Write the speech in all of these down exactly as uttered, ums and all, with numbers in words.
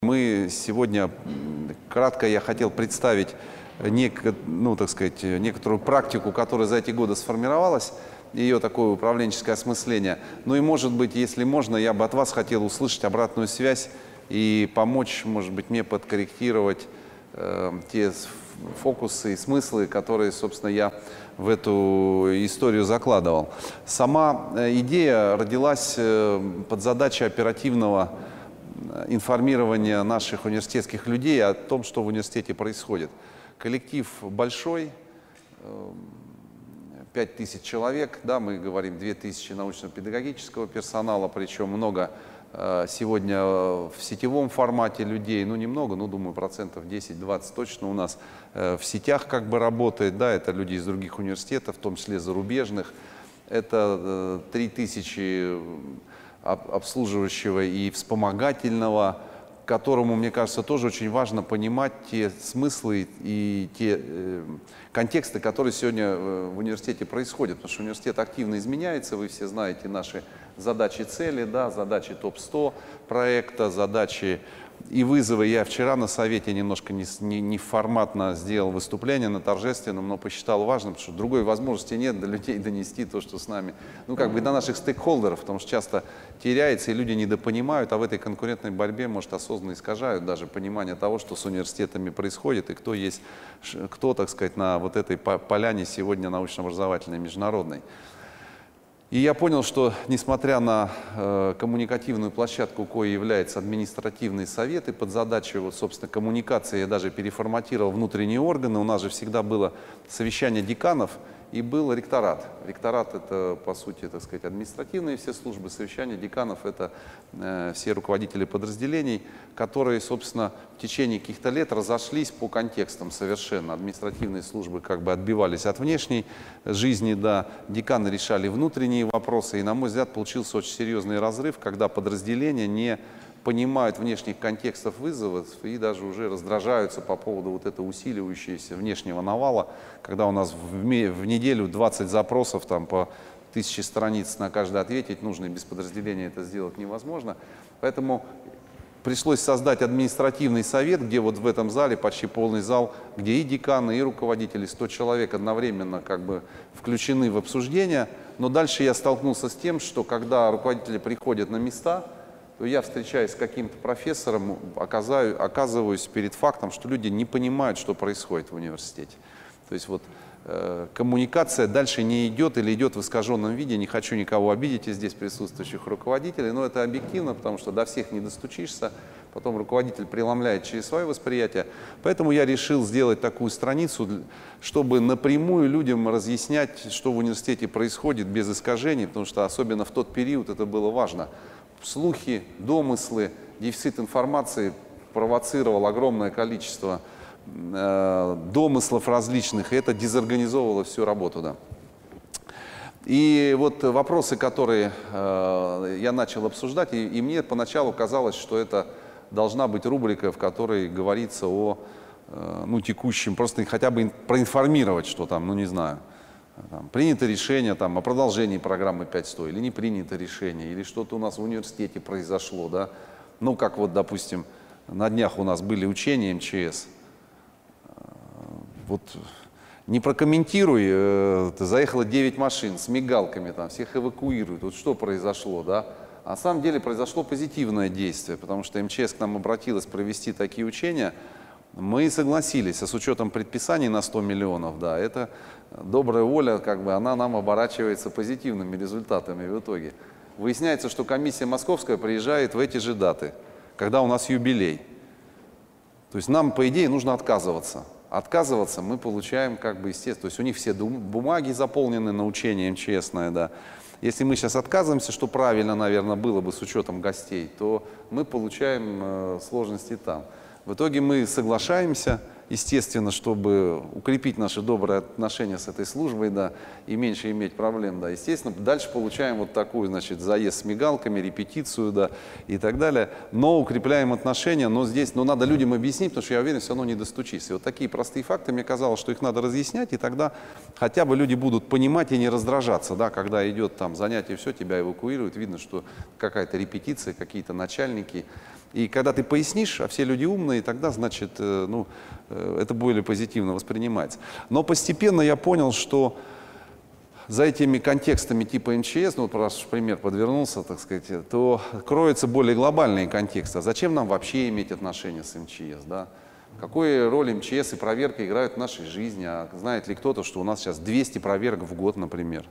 Мы сегодня, кратко я хотел представить нек, ну, так сказать, некоторую практику, которая за эти годы сформировалась, ее такое управленческое осмысление. Ну и, может быть, если можно, я бы от вас хотел услышать обратную связь и помочь, может быть, мне подкорректировать э, те фокусы и смыслы, которые, собственно, я в эту историю закладывал. Сама идея родилась под задачей оперативного информирования наших университетских людей о том, что в университете происходит. Коллектив большой, пять тысяч человек, да, мы говорим две тысячи научно-педагогического персонала, причем много сегодня в сетевом формате людей, ну немного, ну думаю, процентов десять-двадцать точно у нас в сетях как бы работает, да, это люди из других университетов, в том числе зарубежных, это три тысячи обслуживающего и вспомогательного, которому, мне кажется, тоже очень важно понимать те смыслы и те э, контексты, которые сегодня в университете происходят. Потому что университет активно изменяется, вы все знаете наши задачи, цели, да, задачи топ сто проекта, задачи и вызовы. Я вчера на совете немножко не, не, не форматно сделал выступление на торжественном, но посчитал важным, потому что другой возможности нет до людей донести то, что с нами, ну как бы до наших стейкхолдеров, потому что часто теряется и люди недопонимают, а в этой конкурентной борьбе, может, осознанно искажают даже понимание того, что с университетами происходит и кто есть, кто, так сказать, на вот этой поляне сегодня научно-образовательной международной. И я понял, что, несмотря на э, коммуникативную площадку, коей является административный совет, и под задачей, вот, собственно, коммуникации я даже переформатировал внутренние органы, у нас же всегда было совещание деканов и был ректорат. Ректорат — это, по сути, так сказать, административные все службы, совещание деканов — это э, все руководители подразделений, которые, собственно, в течение каких-то лет разошлись по контекстам совершенно. Административные службы как бы отбивались от внешней жизни, да, деканы решали внутренние вопросы, и, на мой взгляд, получился очень серьезный разрыв, когда подразделения не понимают внешних контекстов вызовов и даже уже раздражаются по поводу вот этого усиливающегося внешнего навала, когда у нас в, в неделю двадцать запросов там, по тысяче страниц на каждый ответить нужно, и без подразделения это сделать невозможно. Поэтому пришлось создать административный совет, где вот в этом зале, почти полный зал, где и деканы, и руководители, сто человек одновременно как бы включены в обсуждение. Но дальше я столкнулся с тем, что когда руководители приходят на места, то я, встречаясь с каким-то профессором, оказаю, оказываюсь перед фактом, что люди не понимают, что происходит в университете. То есть вот э, коммуникация дальше не идет или идет в искаженном виде. Не хочу никого обидеть из здесь присутствующих руководителей, но это объективно, потому что до всех не достучишься. Потом руководитель преломляет через свое восприятие. Поэтому я решил сделать такую страницу, чтобы напрямую людям разъяснять, что в университете происходит без искажений, потому что особенно в тот период это было важно. Слухи, домыслы, дефицит информации провоцировал огромное количество э, домыслов различных, и это дезорганизовывало всю работу. Да. И вот вопросы, которые э, я начал обсуждать, и, и мне поначалу казалось, что это должна быть рубрика, в которой говорится о э, ну, текущем, просто хотя бы проинформировать, что там, ну не знаю. Там, принято решение там, о продолжении программы пять сто или не принято решение, или что-то у нас в университете произошло. Да? Ну, как вот, допустим, на днях у нас были учения эм че эс. Вот не прокомментируй, э, заехало девять машин с мигалками, там, всех эвакуируют. Вот что произошло, да? А на самом деле произошло позитивное действие, потому что эм че эс к нам обратилась провести такие учения. Мы согласились, а с учетом предписаний на сто миллионов, да, это добрая воля, как бы она нам оборачивается позитивными результатами в итоге. Выясняется, что комиссия московская приезжает в эти же даты, когда у нас юбилей. То есть нам, по идее, нужно отказываться. Отказываться мы получаем, как бы, естественно, то есть у них все бумаги заполнены на учение эм че эсное, да. Если мы сейчас отказываемся, что правильно, наверное, было бы с учетом гостей, то мы получаем э, сложности там. В итоге мы соглашаемся, естественно, чтобы укрепить наши добрые отношения с этой службой, да, и меньше иметь проблем, да, естественно, дальше получаем вот такую, значит, заезд с мигалками, репетицию, да, и так далее, но укрепляем отношения, но здесь, ну, надо людям объяснить, потому что я уверен, все равно не достучись. И вот такие простые факты, мне казалось, что их надо разъяснять, и тогда хотя бы люди будут понимать и не раздражаться, да, когда идет там занятие, все, тебя эвакуируют, видно, что какая-то репетиция, какие-то начальники. И когда ты пояснишь, а все люди умные, тогда, значит, э, ну, э, это более позитивно воспринимается. Но постепенно я понял, что за этими контекстами типа эм че эс, ну, раз пример подвернулся, так сказать, то кроются более глобальные контексты. А зачем нам вообще иметь отношения с эм че эс, да? Какую роль эм че эс и проверка играют в нашей жизни? А знает ли кто-то, что у нас сейчас двести проверок в год, например?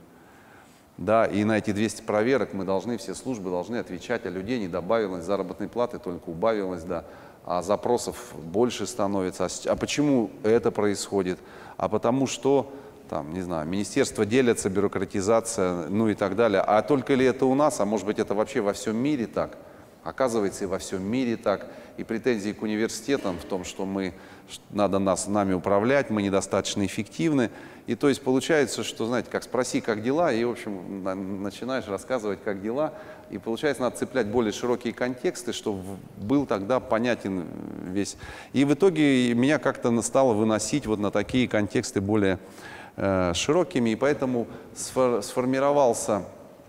Да, и на эти двести проверок мы должны, все службы должны отвечать, а людей не добавилось, заработной платы только убавилось, да, а запросов больше становится. А почему это происходит? А потому что, там, не знаю, министерства делятся, бюрократизация, ну и так далее. А только ли это у нас, а может быть это вообще во всем мире так? Оказывается, и во всем мире так. И претензии к университетам в том, что мы, надо нас, нами управлять, мы недостаточно эффективны. И то есть получается, что, знаете, как спроси, как дела, и, в общем, на, начинаешь рассказывать, как дела. И получается, надо цеплять более широкие контексты, чтобы был тогда понятен весь. И в итоге меня как-то стало выносить вот на такие контексты более э, широкими. И поэтому сфор, сформировался,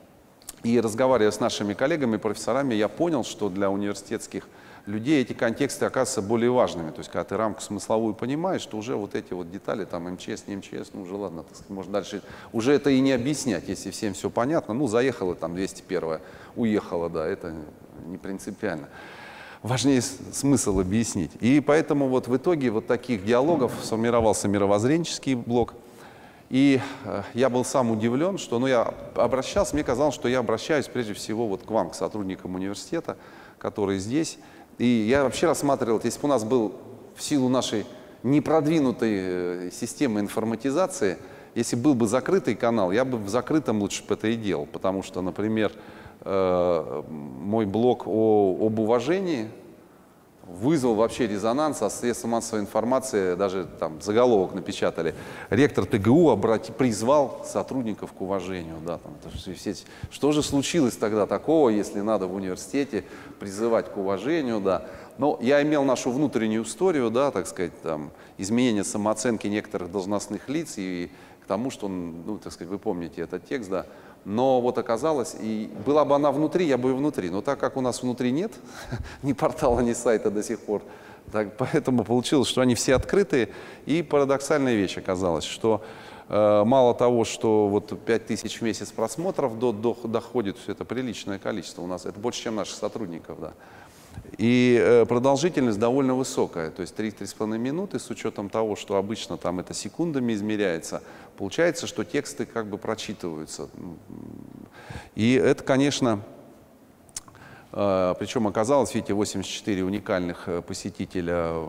и разговаривая с нашими коллегами, профессорами, я понял, что для университетских людей эти контексты оказываются более важными. То есть, когда ты рамку смысловую понимаешь, то уже вот эти вот детали, там, эм че эс, не эм че эс, ну, уже ладно, так сказать, можно дальше уже это и не объяснять, если всем все понятно. Ну, заехала там двести первая, уехала, да, это не принципиально. Важнее смысл объяснить. И поэтому вот в итоге вот таких диалогов сформировался мировоззренческий блок. И э, я был сам удивлен, что, ну, я обращался, мне казалось, что я обращаюсь прежде всего вот к вам, к сотрудникам университета, которые здесь. И я вообще рассматривал, если бы у нас был в силу нашей непродвинутой системы информатизации, если был бы закрытый канал, я бы в закрытом лучше бы это и делал. Потому что, например, э, мой блог о, об уважении вызвал вообще резонанс, а средства массовой информации даже там заголовок напечатали. Ректор тэ гэ у обрати, призвал сотрудников к уважению. Да, там, все, что же случилось тогда такого, если надо в университете призывать к уважению? Да. Но я имел нашу внутреннюю историю, да, так сказать, там, изменение самооценки некоторых должностных лиц и к тому, что, ну, так сказать, вы помните этот текст, да. Но вот оказалось, и была бы она внутри, я бы и внутри. Но так как у нас внутри нет ни портала, ни сайта до сих пор, так, поэтому получилось, что они все открытые. И парадоксальная вещь оказалась, что э, мало того, что вот пять тысяч в месяц просмотров до, до, доходит, это приличное количество у нас, это больше, чем наших сотрудников, да. И э, продолжительность довольно высокая, то есть три-три с половиной минуты, с учетом того, что обычно там это секундами измеряется, получается, что тексты как бы прочитываются. И это, конечно, э, причем оказалось, видите, восемьдесят четыре уникальных посетителя, э,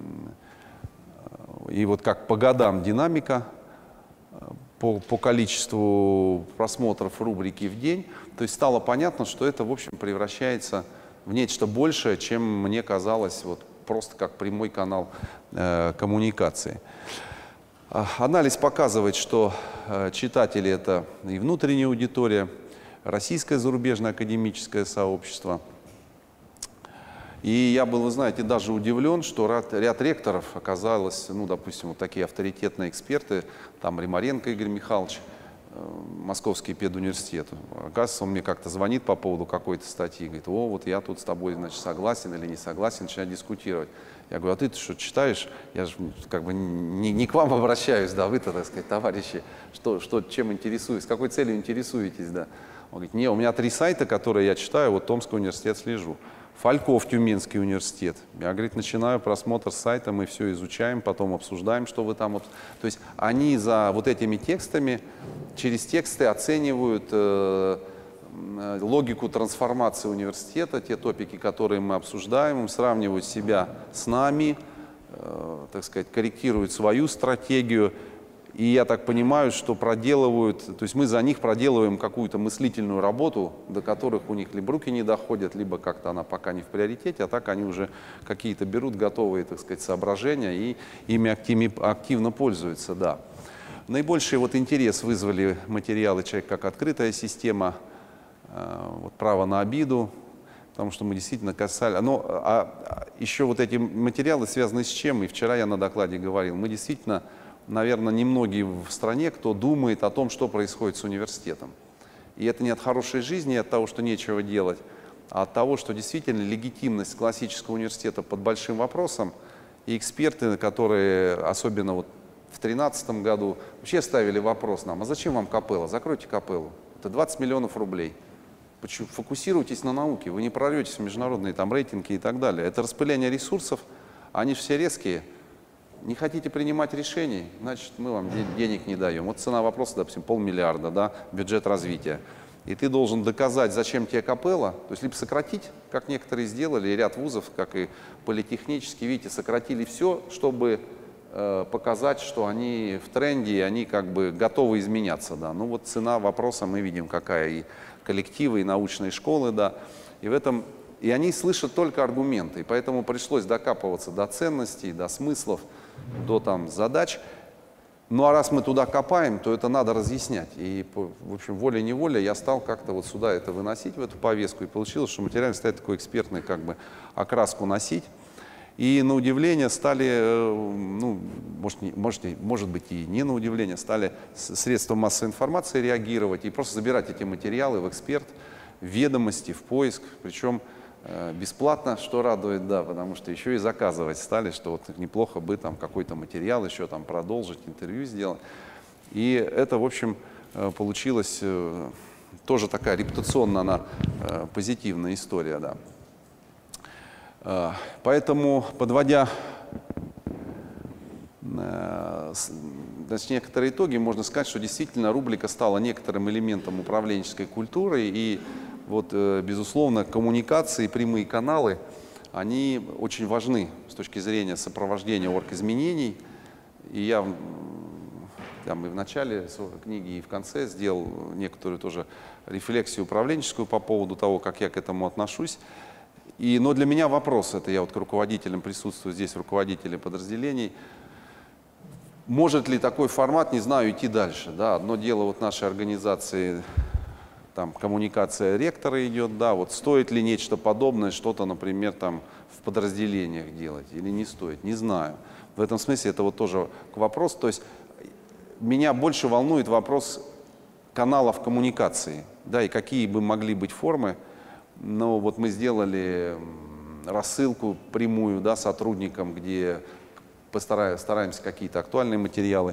и вот как по годам динамика, по, по количеству просмотров рубрики в день, то есть стало понятно, что это, в общем, превращается в нечто большее, чем мне казалось, вот, просто как прямой канал э, коммуникации. Анализ показывает, что э, читатели — это и внутренняя аудитория, российское зарубежное академическое сообщество. И я был, вы знаете, даже удивлен, что ряд, ряд ректоров оказалось, ну, допустим, вот такие авторитетные эксперты, там Римаренко Игорь Михайлович, Московский педуниверситет. Оказывается, он мне как-то звонит по поводу какой-то статьи, говорит: о, вот я тут с тобой, значит, согласен или не согласен, начинает дискутировать. Я говорю: а ты что, читаешь? Я же как бы не, не к вам обращаюсь, да, вы-то, так сказать, товарищи, что, что, чем интересуетесь, с какой целью интересуетесь, да. Он говорит: не, у меня три сайта, которые я читаю, вот Томский университет слежу. Фальков, Тюменский университет. Я, говорит, начинаю просмотр сайта, мы все изучаем, потом обсуждаем, что вы там... То есть они за вот этими текстами, через тексты оценивают э, логику трансформации университета, те топики, которые мы обсуждаем, сравнивают себя с нами, э, так сказать, корректируют свою стратегию. И я так понимаю, что проделывают, то есть мы за них проделываем какую-то мыслительную работу, до которых у них либо руки не доходят, либо как-то она пока не в приоритете, а так они уже какие-то берут готовые, так сказать, соображения и ими активно, активно пользуются, да. Наибольший вот интерес вызвали материалы «Человек как открытая система», вот, «Право на обиду», потому что мы действительно касались. Но а, еще вот эти материалы связаны с чем, и вчера я на докладе говорил, мы действительно, наверное, немногие в стране, кто думает о том, что происходит с университетом. И это не от хорошей жизни, от того, что нечего делать, а от того, что действительно легитимность классического университета под большим вопросом. И эксперты, которые, особенно вот в две тысячи тринадцатом году, вообще ставили вопрос нам, а зачем вам капелла? Закройте капеллу. Это двадцать миллионов рублей. Почему? Фокусируйтесь на науке, вы не прорветесь в международные там рейтинги и так далее. Это распыление ресурсов, они все резкие. Не хотите принимать решений, значит, мы вам денег не даем. Вот цена вопроса, допустим, полмиллиарда, да, бюджет развития. И ты должен доказать, зачем тебе капелла, то есть либо сократить, как некоторые сделали, и ряд вузов, как и политехнические, видите, сократили все, чтобы э, показать, что они в тренде, и они как бы готовы изменяться, да. Ну вот цена вопроса мы видим, какая, и коллективы, и научные школы, да. И в этом, и они слышат только аргументы, и поэтому пришлось докапываться до ценностей, до смыслов, до там задач. Ну а раз мы туда копаем, то это надо разъяснять. И, в общем, волей-неволей я стал как-то вот сюда это выносить, в эту повестку, и получилось, что материально стать такой экспертный как бы окраску носить. И на удивление стали, ну, может, не, может, может быть и не на удивление, стали средства массовой информации реагировать и просто забирать эти материалы в эксперт, в ведомости, в поиск, причем бесплатно, что радует, да, потому что еще и заказывать стали, что вот неплохо бы там какой-то материал еще там продолжить, интервью сделать. И это, в общем, получилась тоже такая репутационно она позитивная история, да. Поэтому, подводя значит, некоторые итоги, можно сказать, что действительно рубрика стала некоторым элементом управленческой культуры, и вот, безусловно, коммуникации, прямые каналы, они очень важны с точки зрения сопровождения оргизменений. И я там, и в начале книги, и в конце сделал некоторую тоже рефлексию управленческую по поводу того, как я к этому отношусь. И, но для меня вопрос, это я вот к руководителям присутствую здесь, руководителям подразделений, может ли такой формат, не знаю, идти дальше. Да? Одно дело вот нашей организации, там коммуникация ректора идет, да, вот стоит ли нечто подобное, что-то, например, там в подразделениях делать или не стоит, не знаю. В этом смысле это вот тоже к вопросу, то есть меня больше волнует вопрос каналов коммуникации, да, и какие бы могли быть формы. Но вот мы сделали рассылку прямую, да, сотрудникам, где постараемся, стараемся какие-то актуальные материалы.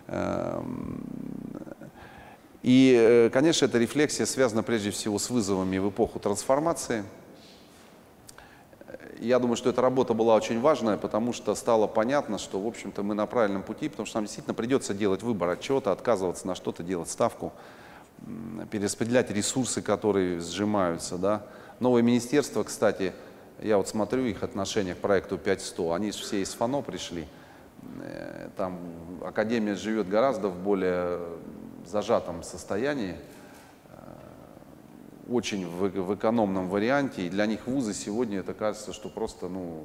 И, конечно, эта рефлексия связана прежде всего с вызовами в эпоху трансформации. Я думаю, что эта работа была очень важная, потому что стало понятно, что, в общем-то, мы на правильном пути, потому что нам действительно придется делать выбор от чего-то, отказываться на что-то, делать ставку, перераспределять ресурсы, которые сжимаются. Да. Новое министерство, кстати, я вот смотрю их отношение к проекту пять сто, они все из ФАНО пришли. Там академия живет гораздо в более зажатом состоянии, очень в, в экономном варианте, и для них вузы сегодня, это кажется, что просто, ну,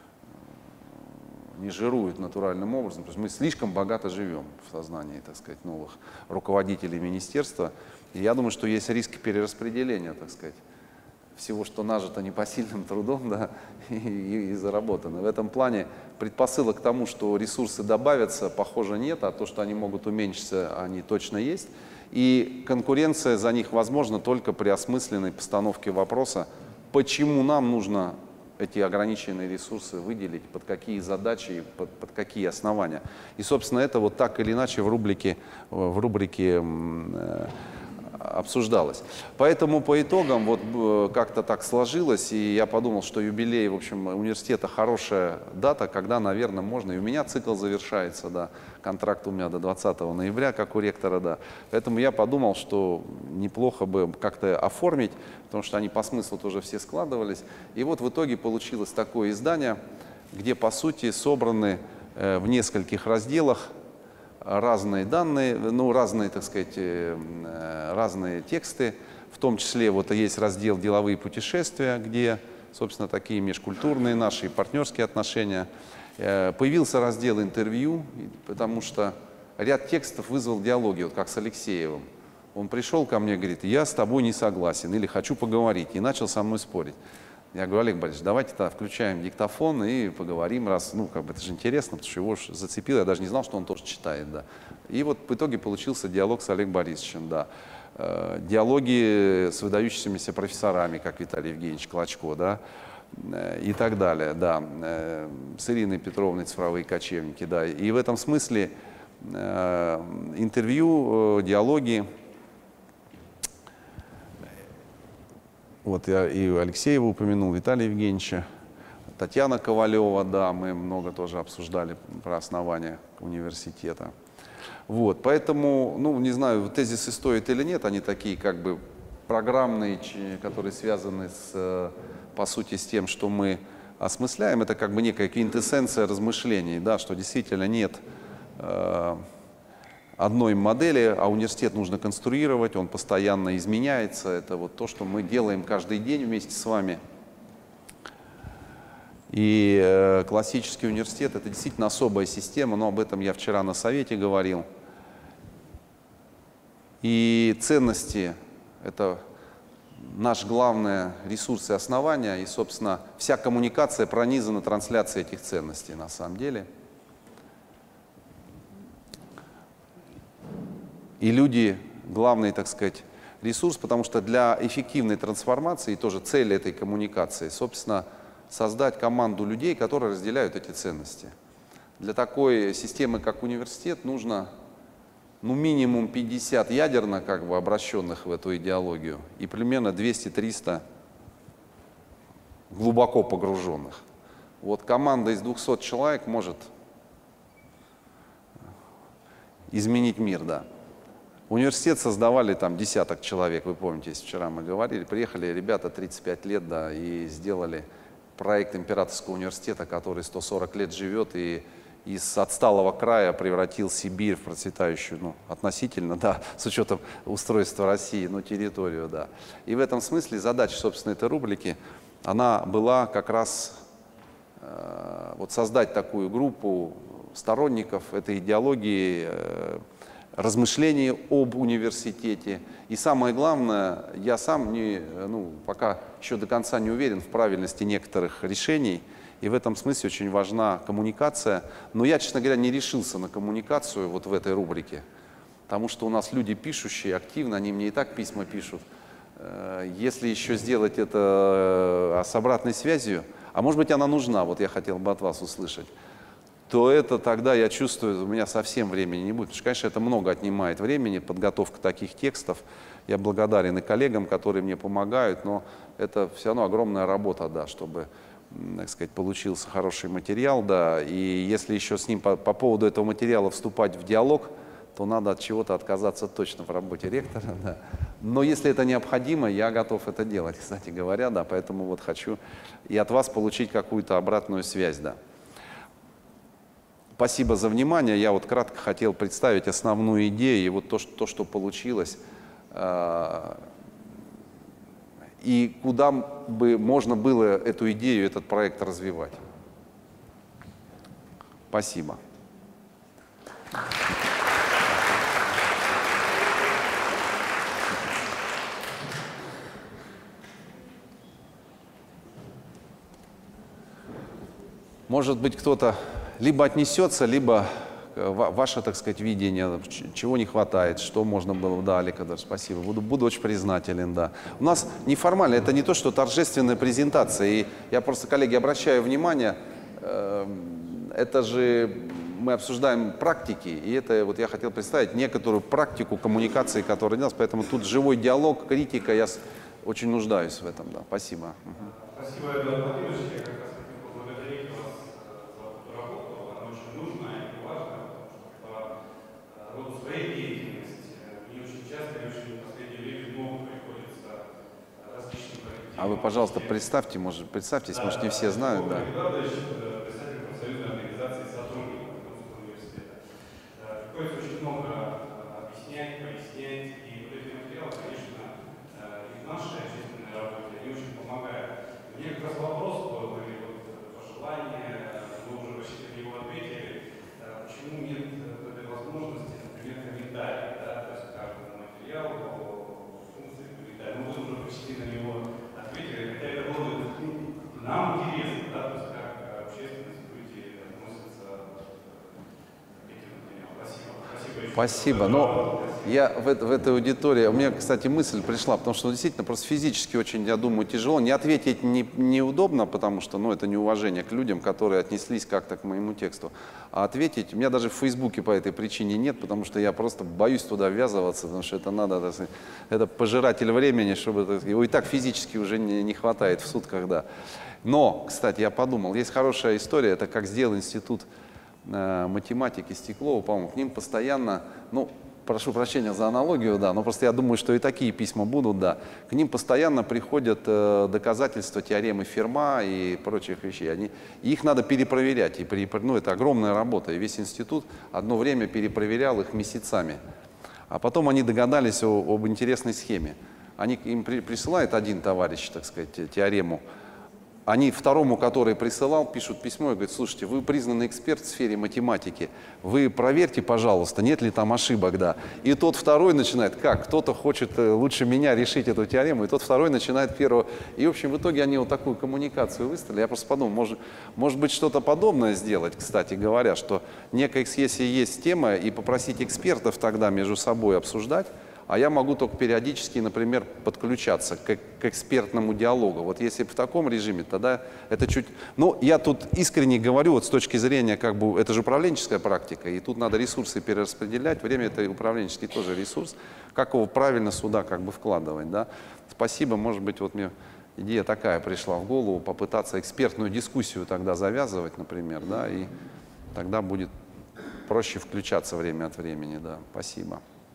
не жируют натуральным образом, потому что мы слишком богато живем в сознании, так сказать, новых руководителей министерства, и я думаю, что есть риски перераспределения, так сказать, всего, что нажито непосильным трудом, да, и, и, и заработано. В этом плане предпосылок к тому, что ресурсы добавятся, похоже, нет, а то, что они могут уменьшиться, они точно есть. И конкуренция за них возможна только при осмысленной постановке вопроса, почему нам нужно эти ограниченные ресурсы выделить, под какие задачи, под, под какие основания. И, собственно, это вот так или иначе в рубрике, в рубрике э, обсуждалось. Поэтому по итогам вот как-то так сложилось, и я подумал, что юбилей, в общем, университета хорошая дата, когда, наверное, можно, и у меня цикл завершается, да, контракт у меня до двадцатого ноября, как у ректора, да. Поэтому я подумал, что неплохо бы как-то оформить, потому что они по смыслу тоже все складывались. И вот в итоге получилось такое издание, где, по сути, собраны э, в нескольких разделах разные данные, ну, разные, так сказать, разные тексты. В том числе вот есть раздел «Деловые путешествия», где, собственно, такие межкультурные наши и партнерские отношения. Появился раздел «Интервью», потому что ряд текстов вызвал диалоги, вот как с Алексеевым. Он пришел ко мне и говорит: я с тобой не согласен или хочу поговорить, и начал со мной спорить. Я говорю: Олег Борисович, давайте тогда включаем диктофон и поговорим, раз, ну, как бы это же интересно, потому что его зацепило, я даже не знал, что он тоже читает, да. И вот в итоге получился диалог с Олегом Борисовичем, да. Диалоги с выдающимися профессорами, как Виталий Евгеньевич Клочко, да, и так далее, да. С Ириной Петровной «Цифровые кочевники», да. И в этом смысле интервью, диалоги. Вот я и Алексеева упомянул, Виталия Евгеньевича, Татьяна Ковалева, да, мы много тоже обсуждали про основания университета. Вот, поэтому, ну, не знаю, тезисы стоят или нет, они такие как бы программные, которые связаны с, по сути, с тем, что мы осмысляем. Это как бы некая квинтэссенция размышлений, да, что действительно нет э, одной модели, а университет нужно конструировать, он постоянно изменяется. Это вот то, что мы делаем каждый день вместе с вами. И э, классический университет — это действительно особая система, но об этом я вчера на совете говорил. И ценности — это наш главный ресурс и основание, и, собственно, вся коммуникация пронизана трансляцией этих ценностей на самом деле. И люди — главный, так сказать, ресурс, потому что для эффективной трансформации тоже цель этой коммуникации, собственно, создать команду людей, которые разделяют эти ценности. Для такой системы, как университет, нужно, ну, минимум пятьдесят ядерно, как бы, обращенных в эту идеологию и примерно двести-триста глубоко погруженных. Вот команда из двухсот человек может изменить мир, да. Университет создавали там десяток человек, вы помните, если вчера мы говорили, приехали ребята тридцать пять лет, да, и сделали проект Императорского университета, который сто сорок лет живет и из отсталого края превратил Сибирь в процветающую, ну, относительно, да, с учетом устройства России, но территорию, да. И в этом смысле задача, собственно, этой рубрики, она была как раз э, вот создать такую группу сторонников этой идеологии, э, размышлений об университете. И самое главное, я сам не, ну, пока еще до конца не уверен в правильности некоторых решений, и в этом смысле очень важна коммуникация. Но я, честно говоря, не решился на коммуникацию вот в этой рубрике, потому что у нас люди пишущие, активно, они мне и так письма пишут. Если еще сделать это с обратной связью, а может быть она нужна, вот я хотел бы от вас услышать, то это тогда, я чувствую, у меня совсем времени не будет. Потому что, конечно, это много отнимает времени, подготовка таких текстов. Я благодарен и коллегам, которые мне помогают, но это все равно огромная работа, да, чтобы, так сказать, получился хороший материал, да. И если еще с ним по, по поводу этого материала вступать в диалог, то надо от чего-то отказаться точно в работе ректора, да. Но если это необходимо, я готов это делать, кстати говоря, да. Поэтому вот хочу и от вас получить какую-то обратную связь, да. Спасибо за внимание. Я вот кратко хотел представить основную идею и вот то, что, то, что получилось, э, и куда бы можно было эту идею, этот проект развивать. Спасибо. Может быть, кто-то либо отнесется, либо ваше, так сказать, видение, чего не хватает, что можно было. Да, Олег Эдуардович, спасибо. Буду, буду очень признателен, да. У нас неформально, это не то, что торжественная презентация. И я просто, коллеги, обращаю внимание, э, это же мы обсуждаем практики, и это вот я хотел представить некоторую практику коммуникации, которая делалась, поэтому тут живой диалог, критика, я очень нуждаюсь в этом, да. Спасибо. Спасибо, Эдуард Владимирович. Я как раз хотел поблагодарить вас за эту работу. Она очень нужная и важная, потому что по роду своей деятельности мне очень часто, и очень в последнее время много приходится различным коллективам. А вы, пожалуйста, представьте, может, представьтесь, да, может, не все знают, да. Председатель профсоюзной организации сотрудников Московского университета. приходится очень много объяснять, пояснять, и вот эти материалы, конечно, и в нашей общественной работе, они очень помогают. Мне как раз вопрос был, или вот пожелание, мы уже почти на него ответили, почему нет этой возможности, например, комментариев, да, то есть каждому материалу, функции комментариев. Мы будем уже почти на него ответили, хотя это было бы нам интересно, да, то есть как общественность, люди относятся к этим материалам. Спасибо. Спасибо. Спасибо. Но я в, в этой аудитории, у меня, кстати, мысль пришла, потому что ну, действительно просто физически очень, я думаю, тяжело. Не ответить не, неудобно, потому что ну, это неуважение к людям, которые отнеслись как-то к моему тексту. А ответить, у меня даже в Фейсбуке по этой причине нет, потому что я просто боюсь туда ввязываться, потому что это надо, так сказать, это пожиратель времени, чтобы так сказать, его и так физически уже не, не хватает в сутках, да. Но, кстати, я подумал, есть хорошая история, это как сделал институт э, математики Стеклова, по-моему, к ним постоянно, ну, прошу прощения за аналогию, да, но просто я думаю, что и такие письма будут, да, к ним постоянно приходят э, доказательства теоремы Ферма и прочих вещей, они, их надо перепроверять, и при, ну, это огромная работа, и весь институт одно время перепроверял их месяцами, а потом они догадались о, об интересной схеме, они им при, присылает один товарищ, так сказать, теорему. Они второму, который присылал, пишут письмо и говорят: слушайте, вы признанный эксперт в сфере математики, вы проверьте, пожалуйста, нет ли там ошибок, да. И тот второй начинает, как, кто-то хочет лучше меня решить эту теорему, и тот второй начинает первого. И, в общем, в итоге они вот такую коммуникацию выставили. Я просто подумал, может, может быть, что-то подобное сделать, кстати говоря, что некая, если есть тема, и попросить экспертов тогда между собой обсуждать, а я могу только периодически, например, подключаться к, к экспертному диалогу. Вот если в таком режиме, тогда это чуть... Ну, я тут искренне говорю, вот с точки зрения, как бы, это же управленческая практика, и тут надо ресурсы перераспределять, время это управленческий тоже ресурс, как его правильно сюда как бы вкладывать, да. Спасибо, может быть, вот мне идея такая пришла в голову, попытаться экспертную дискуссию тогда завязывать, например, да, и тогда будет проще включаться время от времени, да. Спасибо.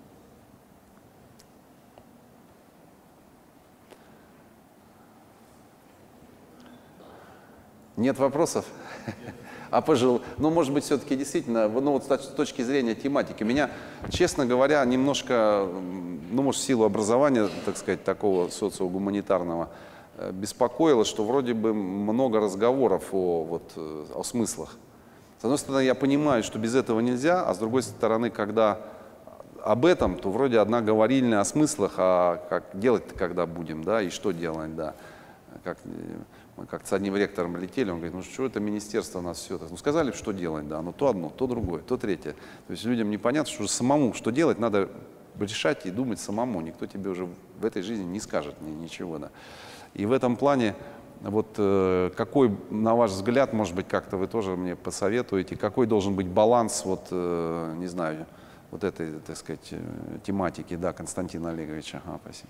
Нет вопросов? А пожил, ну, может быть, все-таки действительно, ну, вот с точки зрения тематики, меня, честно говоря, немножко, ну, может, в силу образования, так сказать, такого социогуманитарного, беспокоило, что вроде бы много разговоров о, вот, о смыслах. С одной стороны, я понимаю, что без этого нельзя, а с другой стороны, когда об этом, то вроде одна говорильня о смыслах, а как делать-то когда будем, да, и что делать, да. Как, мы как-то с одним ректором летели, он говорит, ну что это министерство у нас все это. Ну сказали, что делать, да, ну то одно, то другое, то третье. То есть людям непонятно, что самому, что делать, надо решать и думать самому. Никто тебе уже в этой жизни не скажет ничего, да. И в этом плане, вот э, какой, на ваш взгляд, может быть, как-то вы тоже мне посоветуете, какой должен быть баланс, вот, э, не знаю, вот этой, так сказать, тематики, да, Константина Олеговича. Ага, спасибо.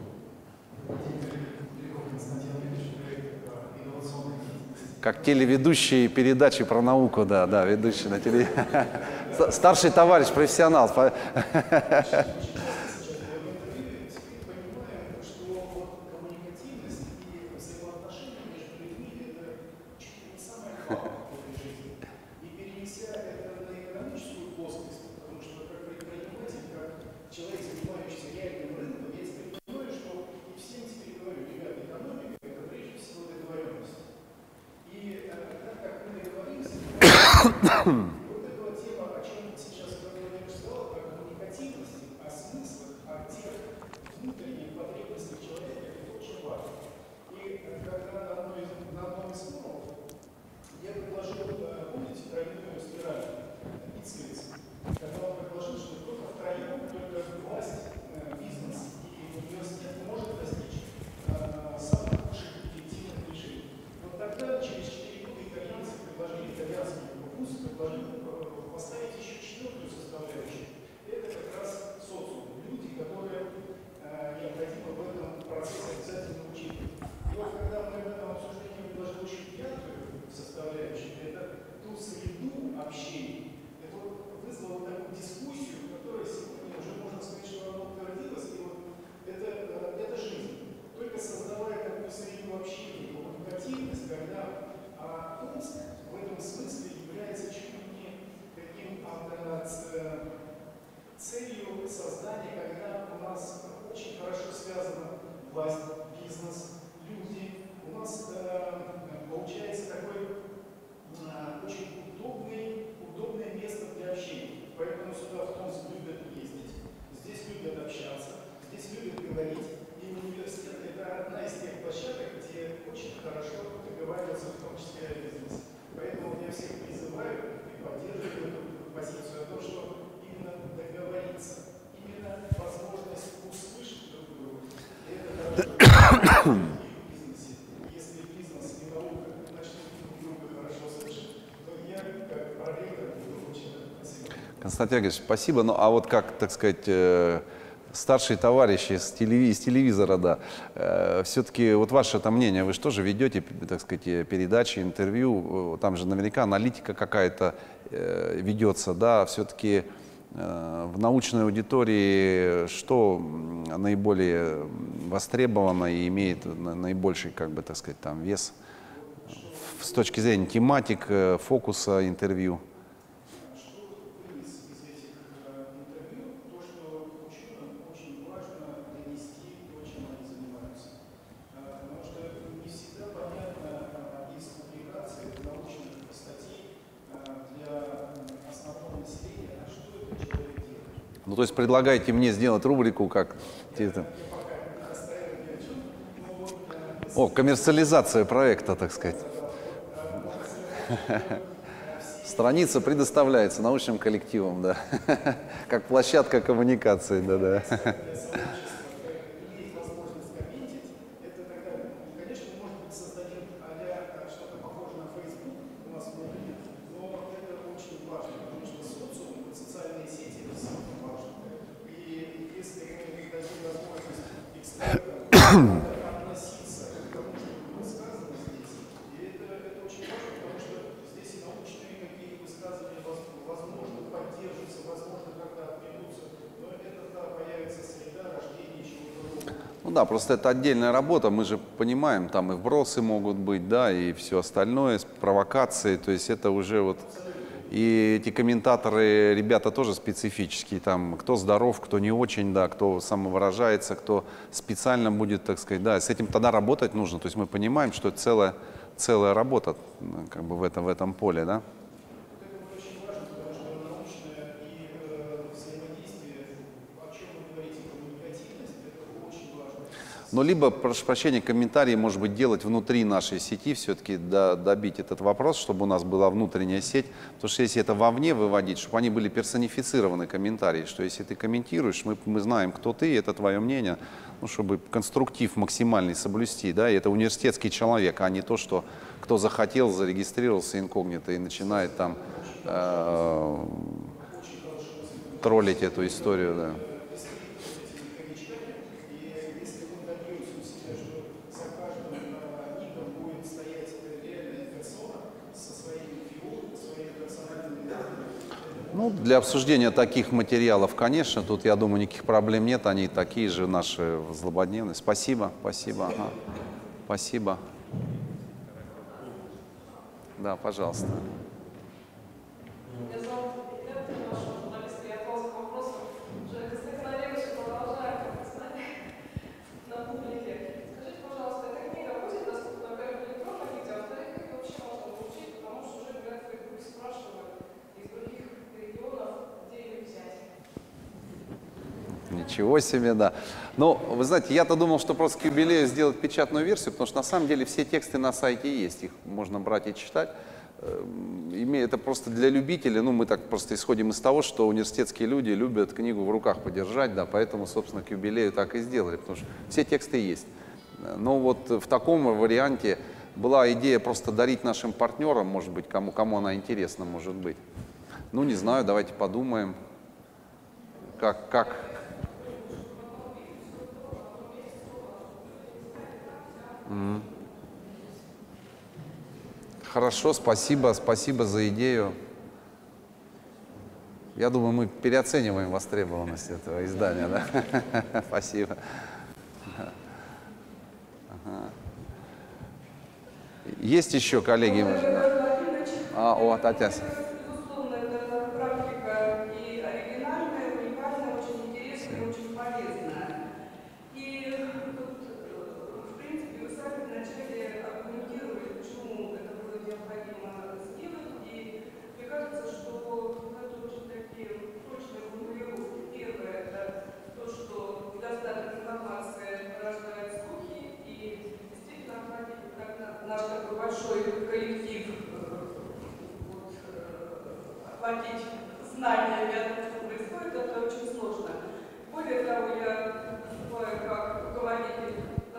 Как телеведущий передачи про науку, да, да, ведущий на телевидении. Старший товарищ, профессионал. Вот эта вот тема, о чем сейчас Владимир сказал, о коммуникативности, о смыслах, о тех внутренних потребностях человека, это очень важно. И когда на одной из, на одном из форумов я предложил, помните, тройную спираль Ицкевица, когда он предложил, что только втроем, только власть, бизнес и университет может достичь самых лучших эффективных решений. Вот тогда, через четыре года, итальянцы предложили, итальянские вуз предложили бизнесе, если бизнес и наука начнут друг друга хорошо слышать, то я, как проректор, буду очень рад. Спасибо. Константин Георгиевич, спасибо. Ну, а вот как, так сказать, э, старшие товарищи из, телеви- из телевизора, да, э, все-таки вот ваше это мнение, вы же тоже ведете, так сказать, передачи, интервью, э, там же наверняка аналитика какая-то э, ведется, да, все-таки э, в научной аудитории что м, наиболее востребовано и имеет на- наибольший, как бы, так сказать, там вес в- с точки зрения тематик, э, фокуса интервью? Ну, то есть предлагаете мне сделать рубрику как... те- О, коммерциализация проекта, так сказать. Страница предоставляется научным коллективам, да. Как площадка коммуникации, да-да. Ну да, просто это отдельная работа, мы же понимаем, там и вбросы могут быть, да, и все остальное, провокации, то есть это уже вот... И эти комментаторы, ребята тоже специфические, там, кто здоров, кто не очень, да, кто самовыражается, кто специально будет, так сказать, да, с этим тогда работать нужно, то есть мы понимаем, что это целая, целая работа, как бы в этом, в этом поле, да. Но либо, прошу прощения, комментарии, может быть, делать внутри нашей сети, все-таки до, добить этот вопрос, чтобы у нас была внутренняя сеть. Потому что если это вовне выводить, чтобы они были персонифицированы комментарии, что если ты комментируешь, мы, мы знаем, кто ты, это твое мнение, ну, чтобы конструктив максимальный соблюсти, да, и это университетский человек, а не то, что кто захотел, зарегистрировался инкогнито и начинает там э, троллить эту историю, да. Ну, для обсуждения таких материалов, конечно, тут, я думаю, никаких проблем нет, они такие же наши злободневные. Спасибо, спасибо, ага. Спасибо. Да, пожалуйста. Меня зовут Елена, я ваша журналистка, я к вопросу. Уже Константин Олегович продолжает знать на публике. Скажите, пожалуйста, эта книга будет доступна, во-первых, в электронном виде, а во-вторых, как ее вообще можно получить, потому что уже меня в Фейсбуке спрашивают из других регионов, где ее взять. Ничего себе, да. Ну, вы знаете, я-то думал, что просто к юбилею сделать печатную версию, потому что на самом деле все тексты на сайте есть, их можно брать и читать. Это просто для любителей, ну, мы так просто исходим из того, что университетские люди любят книгу в руках подержать, да, поэтому, собственно, к юбилею так и сделали, потому что все тексты есть. Но вот в таком варианте была идея просто дарить нашим партнерам, может быть, кому, кому она интересна, может быть. Ну, не знаю, давайте подумаем, как... как... Mm. Хорошо, спасибо, спасибо за идею. Я думаю, мы переоцениваем востребованность этого издания, да? Спасибо. Ага. Есть еще коллеги? А, о, Татьяна. Безусловно, это практика и оригинальная, уникальная, очень интересная и очень полезная. И тут, в принципе, вы сами вначале аргументировали, почему это было необходимо сделать. И мне кажется, что это очень такие точные формулировки. Первое – это то, что недостаток информации порождает слухи, и действительно охватить как наш такой большой коллектив, вот, охватить знаниями о том, что происходит, это очень сложно. Более того, я выступаю как руководитель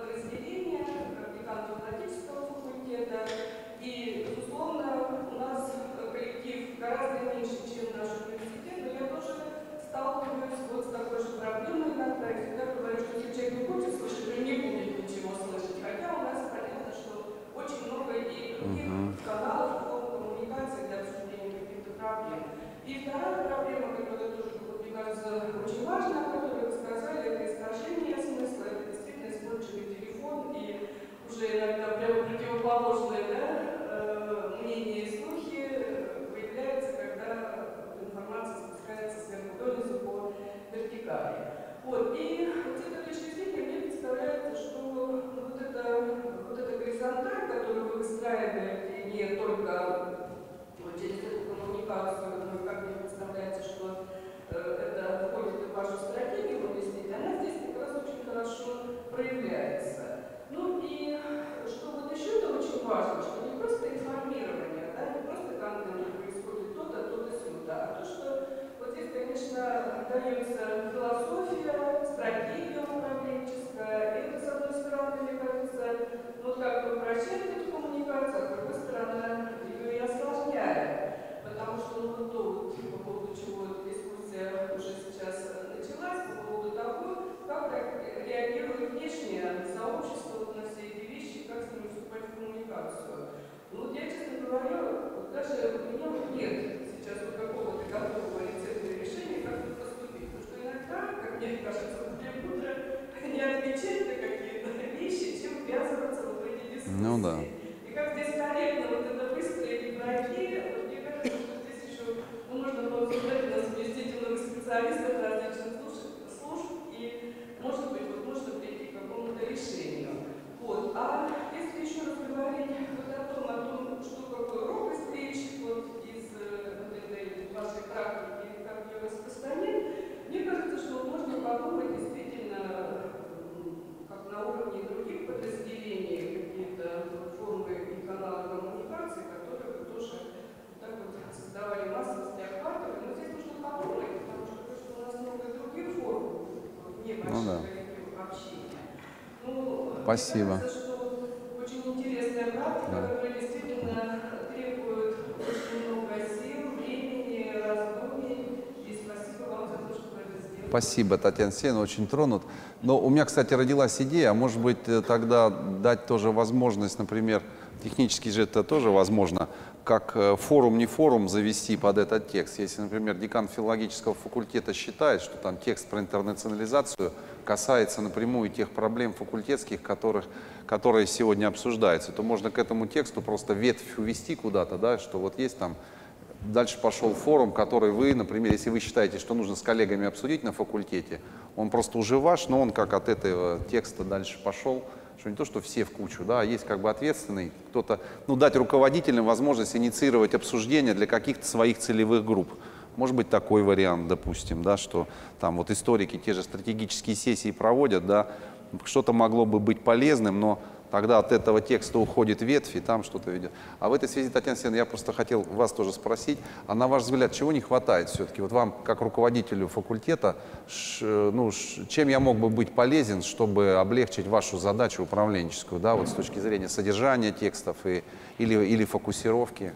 мне кажется, вот как бы упрощает эту коммуникацию, а с другой стороны, ее и осложняет. Потому что, ну, вот то, вот, по поводу чего эта дискуссия уже сейчас началась, по поводу того, как реагирует внешнее сообщество на все эти вещи, как с ними вступать в коммуникацию. Ну, вот я, честно говоря, вот даже у меня вот нет сейчас вот какого-то готового рецепта решения, как тут поступить. Потому что иногда, как мне кажется, лучше не отвечать на какие-то вещи, чем ввязываться вот в эти дискуссии. Ну да. И как здесь корректно вот это выстроить и пройти, вот мне кажется, что здесь еще ну, можно пообсуждать, у нас есть много специалистов различных служб, служб, и, может быть, вот можно прийти к какому-то решению. Вот. А если еще раз говорить вот о том, о том, что какой урок извлечь вот из вот этой вашей практики, как ее распространять, мне кажется, что можно подумать действительно, как на уровне других подразделений, какие-то формы и каналы коммуникации, которые бы тоже вот так вот создавали массовость и охватывали. Но здесь нужно подумать, потому что, потому что у нас много других форм вне больших Ну да. коллективов общения. Ну, Спасибо. мне кажется, что очень интересная практика, Да. которая действительно требует очень много сил, времени, раздумий. И спасибо вам за то, что вы это сделали. Спасибо, Татьяна Северовна, очень тронут. Но у меня, кстати, родилась идея, а может быть, тогда дать тоже возможность, например, технически же это тоже возможно, как форум, не форум завести под этот текст. Если, например, декан филологического факультета считает, что там текст про интернационализацию касается напрямую тех проблем факультетских, которых, которые сегодня обсуждаются, то можно к этому тексту просто ветвь увести куда-то, да, что вот есть там. Дальше пошел форум, который вы, например, если вы считаете, что нужно с коллегами обсудить на факультете, он просто уже ваш, но он как от этого текста дальше пошел, что не то, что все в кучу, да, а есть как бы ответственный, кто-то, ну, дать руководителям возможность инициировать обсуждение для каких-то своих целевых групп. Может быть, такой вариант, допустим, да, что там вот историки те же стратегические сессии проводят, да, что-то могло бы быть полезным, но тогда от этого текста уходит ветвь, и там что-то ведет. А в этой связи, Татьяна Северовна, я просто хотел вас тоже спросить, а на ваш взгляд, чего не хватает все-таки? Вот вам, как руководителю факультета, ш, ну, ш, чем я мог бы быть полезен, чтобы облегчить вашу задачу управленческую, да, вот с точки зрения содержания текстов и, или, или фокусировки?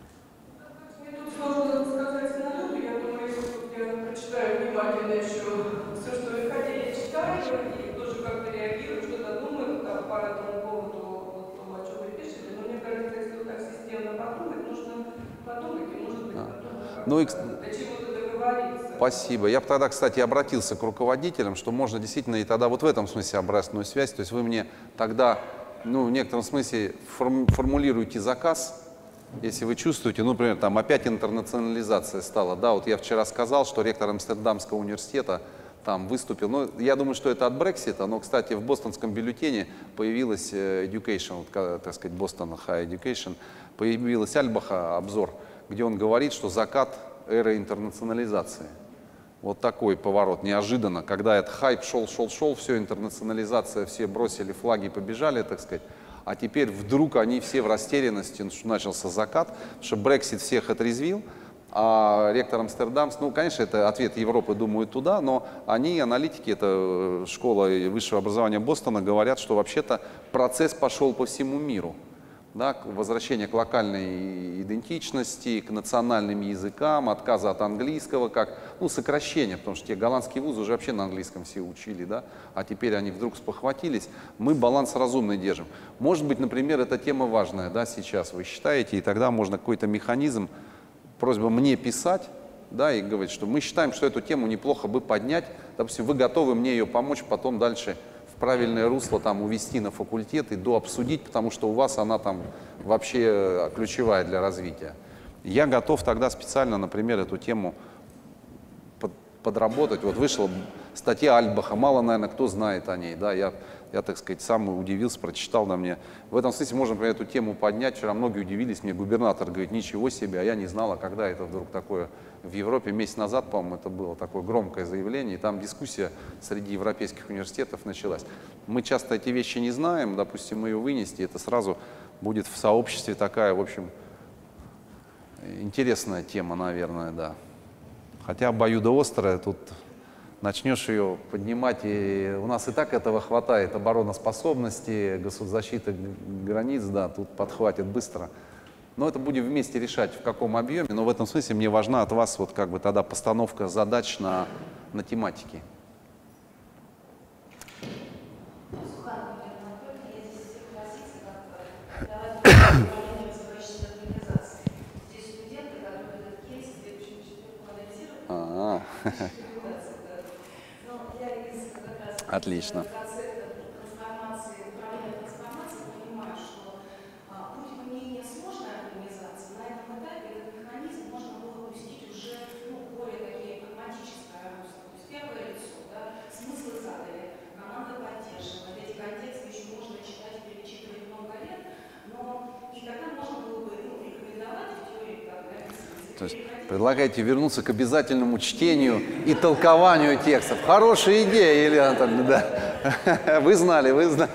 Мне тут сложно сказать на лету, я думаю, если вот я прочитаю внимательно еще все, что вы хотели, читаю, и тоже как-то реагирую, что-то думаю там, по этому поводу, вот, то, о чем вы пишете, но мне кажется, если вот так системно подумать, нужно подумать, и может быть А. потом Ну, и, до чего-то договориться. Спасибо. Я бы тогда, кстати, обратился к руководителям, что можно действительно и тогда вот в этом смысле обратную связь, то есть вы мне тогда, ну, в некотором смысле форм, формулируете заказ. Если вы чувствуете, ну, например, там опять интернационализация стала, да, вот я вчера сказал, что ректор Амстердамского университета там выступил, ну, я думаю, что это от Брексита, но, кстати, в бостонском бюллетене появилась Education, вот, так сказать, Boston High Education, появилась Альбаха обзор, где он говорит, что закат эры интернационализации. Вот такой поворот, неожиданно, когда этот хайп шел, шел, шел, все, интернационализация, все бросили флаги, побежали, так сказать. А теперь вдруг они все в растерянности, начался закат, потому что Брексит всех отрезвил, а ректор Амстердамс, ну, конечно, это ответ Европы, думают, туда, но они, аналитики, это школа высшего образования Бостона, говорят, что вообще-то процесс пошел по всему миру. Да, возвращение к локальной идентичности, к национальным языкам, отказа от английского, как, ну, сокращение, потому что те голландские вузы уже вообще на английском все учили, да, а теперь они вдруг спохватились. Мы баланс разумный держим. Может быть, например, эта тема важная, да, сейчас вы считаете, и тогда можно какой-то механизм, просьба мне писать, да, и говорить, что мы считаем, что эту тему неплохо бы поднять, допустим, вы готовы мне ее помочь потом дальше правильное русло там увести на факультет и дообсудить, потому что у вас она там вообще ключевая для развития. Я готов тогда специально, например, эту тему под, подработать. Вот вышла статья Альбаха, мало, наверное, кто знает о ней, да, я, я, так сказать, сам удивился, прочитал на мне. В этом смысле можно, например, эту тему поднять. Вчера многие удивились, мне губернатор говорит, ничего себе, а я не знала, когда это вдруг такое в Европе. Месяц назад, по-моему, это было такое громкое заявление, и там дискуссия среди европейских университетов началась. Мы часто эти вещи не знаем, допустим, ее вынести, это сразу будет в сообществе такая, в общем, интересная тема, наверное, да. Хотя обоюдоострая, тут начнешь ее поднимать, и у нас и так этого хватает, обороноспособности, государственной границ, да, тут подхватит быстро. Но это будем вместе решать, в каком объеме, но в этом смысле мне важна от вас вот как бы тогда постановка задач на, на тематике. А-а-а. Отлично. То есть предлагаете вернуться к обязательному чтению и толкованию текстов. Хорошая идея, Елена Анатольевна, да. Вы знали, вы знали.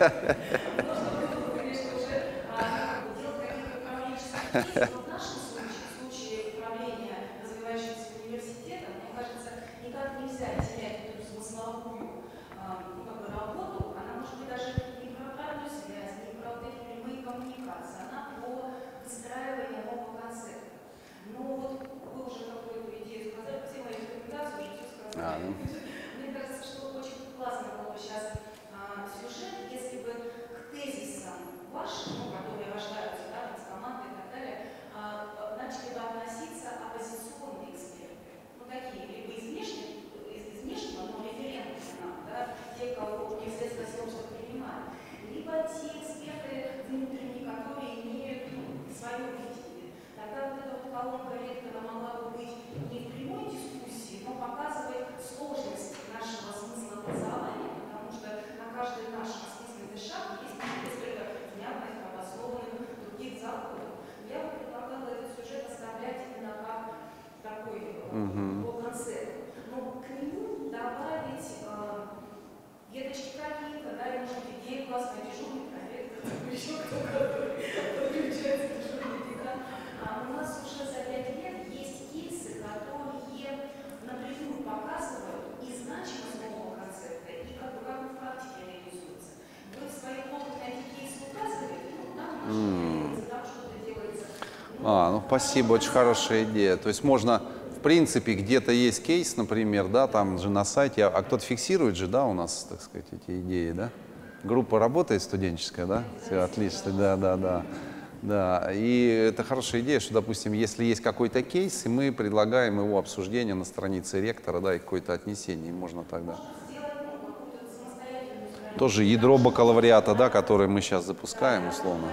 А, ну. Мне кажется, что очень классно было бы сейчас а, сюжет, если бы к тезисам вашим, ну, которые рождаются, да, из команды и так далее, а, начали бы относиться оппозиционные эксперты. Ну, такие, либо из внешнего, из, из внешнего, но референтные нам, да, те, кого университетское сообщество принимает, либо те эксперты внутренние, которые имеют, ну, свое видение. Тогда вот эта вот колонка ректора могла бы быть не в прямой дискуссии, но показывает сложность нашего смысла образования, потому что на каждый наш осмысленный шаг есть несколько внятных, обоснованных других заходов. Я бы предлагала этот сюжет оставлять именно как такой Угу. по концепту. Но к нему добавить э, веточки какие-то, да, и может идея классная, дежурный проект, еще кто-то подключается, дежурный декан. А у нас уже за пять лет есть кейсы, которые напрямую показывают и значимость нового концепта, и как бы как он в практике реализуется. Вы в своих опытах на эти кейсы указываете, ну, там что-то делается, там что-то делается. А, ну спасибо, очень хорошая идея. То есть можно, в принципе, где-то есть кейс, например, да, там же на сайте, а кто-то фиксирует же, да, у нас, так сказать, эти идеи, да? Группа работает студенческая, да? Все отлично, да, да, да. Да, и это хорошая идея, что, допустим, если есть какой-то кейс, и мы предлагаем его обсуждение на странице ректора, да, и какое-то отнесение, можно тогда. Тоже ядро бакалавриата, да, которое мы сейчас запускаем, условно.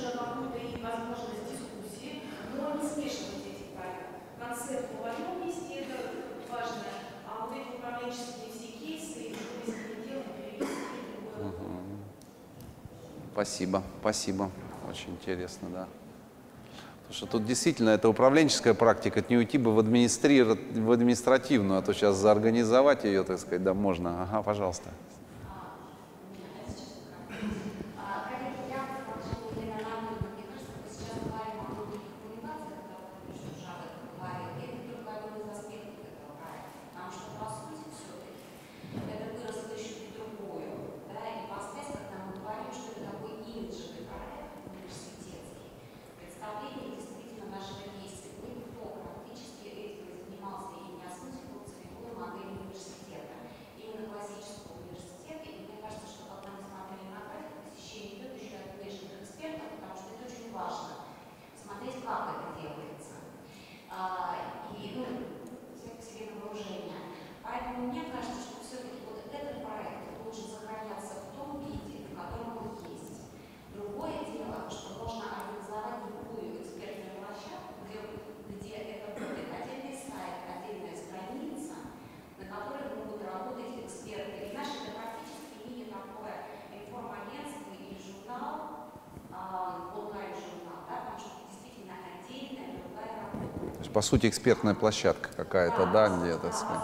Спасибо, спасибо. Очень интересно, да. Потому что тут действительно это управленческая практика, это не уйти бы в, администри... в административную, а то сейчас заорганизовать ее, так сказать, да, можно. Ага, пожалуйста. По сути, экспертная площадка какая-то, да, где, так сказать.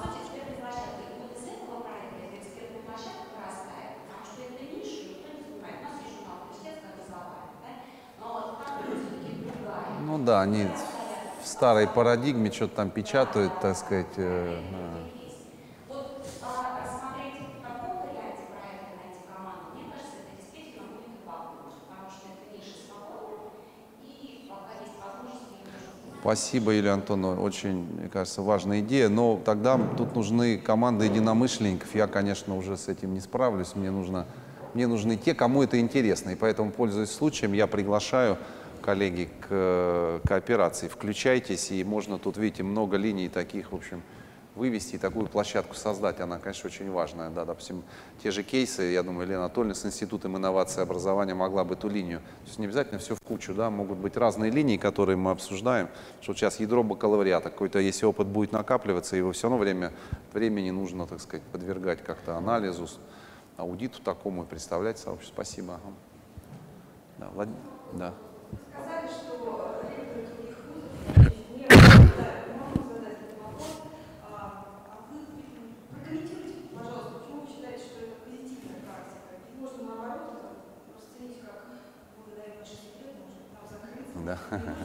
Ну да, они в старой парадигме что-то там печатают, так сказать. Э, э. Спасибо, Юлия Антоновна. Очень, мне кажется, важная идея. Но тогда тут нужны команды единомышленников. Я, конечно, уже с этим не справлюсь. Мне, нужно, мне нужны те, кому это интересно. И поэтому, пользуясь случаем, я приглашаю, коллеги, к кооперации. Включайтесь, и можно тут, видите, много линий таких, в общем, вывести и такую площадку создать. Она, конечно, очень важная. Да, допустим, те же кейсы, я думаю, Елена Анатольевна с Институтом инновации и образования могла бы эту линию. То есть не обязательно все в кучу, да, могут быть разные линии, которые мы обсуждаем. Что сейчас ядро бакалавриата, какой-то, если опыт будет накапливаться, его все равно время, времени нужно, так сказать, подвергать как-то анализу, аудиту такому и представлять сообществу. Спасибо. Ага. Да, Влад... да. Сказали, что ректоры других вузов не обсуждают. Можно задать этот вопрос. А вы прокомментируйте, пожалуйста, почему вы считаете, что это позитивная практика? Ведь можно наоборот расценить как благодаря вашей секрету, можно там закрыться. Да.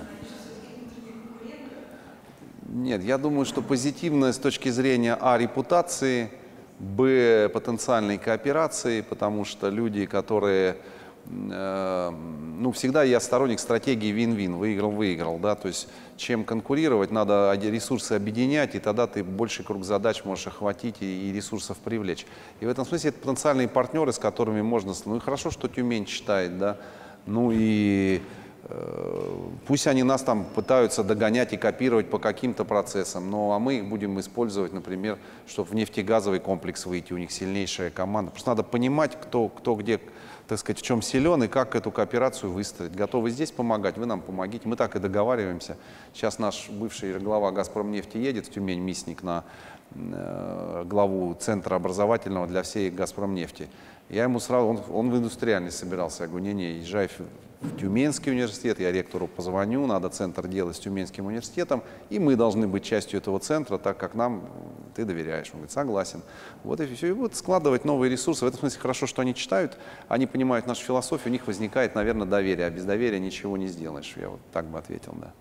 Конкуренты. Нет, я думаю, что позитивно с точки зрения а. репутации, б. потенциальной кооперации, потому что люди, которые, э, ну, всегда я сторонник стратегии вин-вин, выиграл-выиграл, да, то есть чем конкурировать, надо ресурсы объединять, и тогда ты больший круг задач можешь охватить и, и ресурсов привлечь. И в этом смысле это потенциальные партнеры, с которыми можно, ну и хорошо, что Тюмень читает, да, ну и пусть они нас там пытаются догонять и копировать по каким-то процессам, но а мы их будем использовать, например, чтобы в нефтегазовый комплекс выйти, у них сильнейшая команда. Просто надо понимать, кто, кто где, так сказать, в чем силен и как эту кооперацию выстроить. Готовы здесь помогать, вы нам помогите. Мы так и договариваемся. Сейчас наш бывший глава «Газпромнефти» едет в Тюмень, Мисник, на э, главу центра образовательного для всей «Газпромнефти». Я ему сразу, он, он в индустриальный собирался, я говорю, не-не, езжай в, в Тюменский университет, я ректору позвоню, надо центр делать с Тюменским университетом, и мы должны быть частью этого центра, так как нам ты доверяешь. Он говорит, согласен. Вот и все, и вот складывать новые ресурсы. В этом смысле хорошо, что они читают, они понимают нашу философию, у них возникает, наверное, доверие, а без доверия ничего не сделаешь. Я вот так бы ответил, да.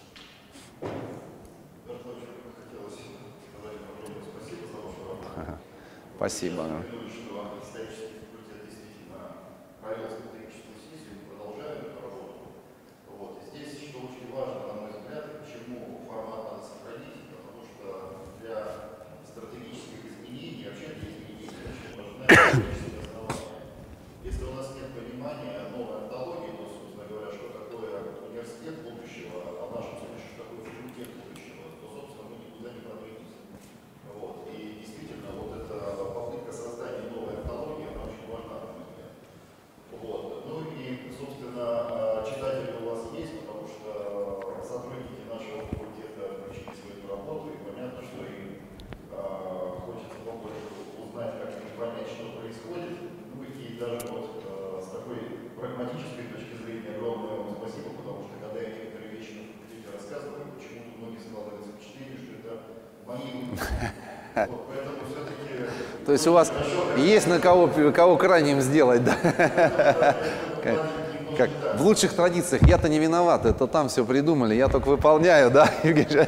Спасибо. провел стратегическую сессию, мы продолжаем эту работу. Вот. И здесь, что очень важно, на мой взгляд, почему формат надо сохранить, потому что для стратегических изменений, вообще для изменений, очень важна стратегические основания. Если у нас нет понимания новой онтологии, то, собственно говоря, что такое университет будущего, а в нашем случае, что такое факультет будущего, то, собственно, мы никуда не продвинемся. Вот. И действительно, вот эта попытка создания новой онтологии, она очень важна, на мой взгляд. Вот. Ну и, собственно, читатели у вас есть, потому что сотрудники нашего факультета включились в эту работу, и понятно, что им а, хочется побольше узнать, как и понять, что происходит. Ну и даже вот а, с такой прагматической точки зрения огромное вам спасибо, потому что когда я некоторые вещи на факультете рассказываю, почему-то многие складывается впечатление, что это мои выпуски. Вот, поэтому все-таки... То есть у вас есть на кого, кого крайним сделать, да? Как в лучших традициях. Я-то не виноват, это там все придумали, я только выполняю, да, Евгений?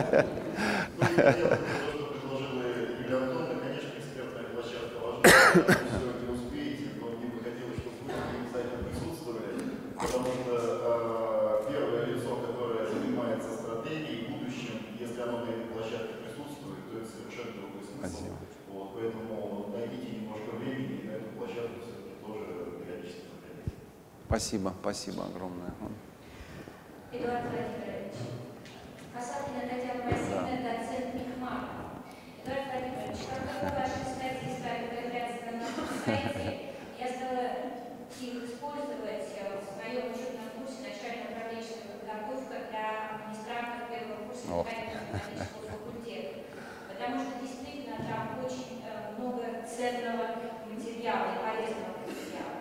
Спасибо, спасибо огромное. Эдуард Владимирович, Касаткина Татьяна Васильевна, доцент МИХМА. Эдуард Владимирович, как только ваши статьи стали появляться на нашем сайте, я стала их использовать в своем учебном курсе «Начальная управленческая подготовка» для магистрантов первого курса механико-экономического факультета. Потому что действительно там очень много ценного материала и полезного материала.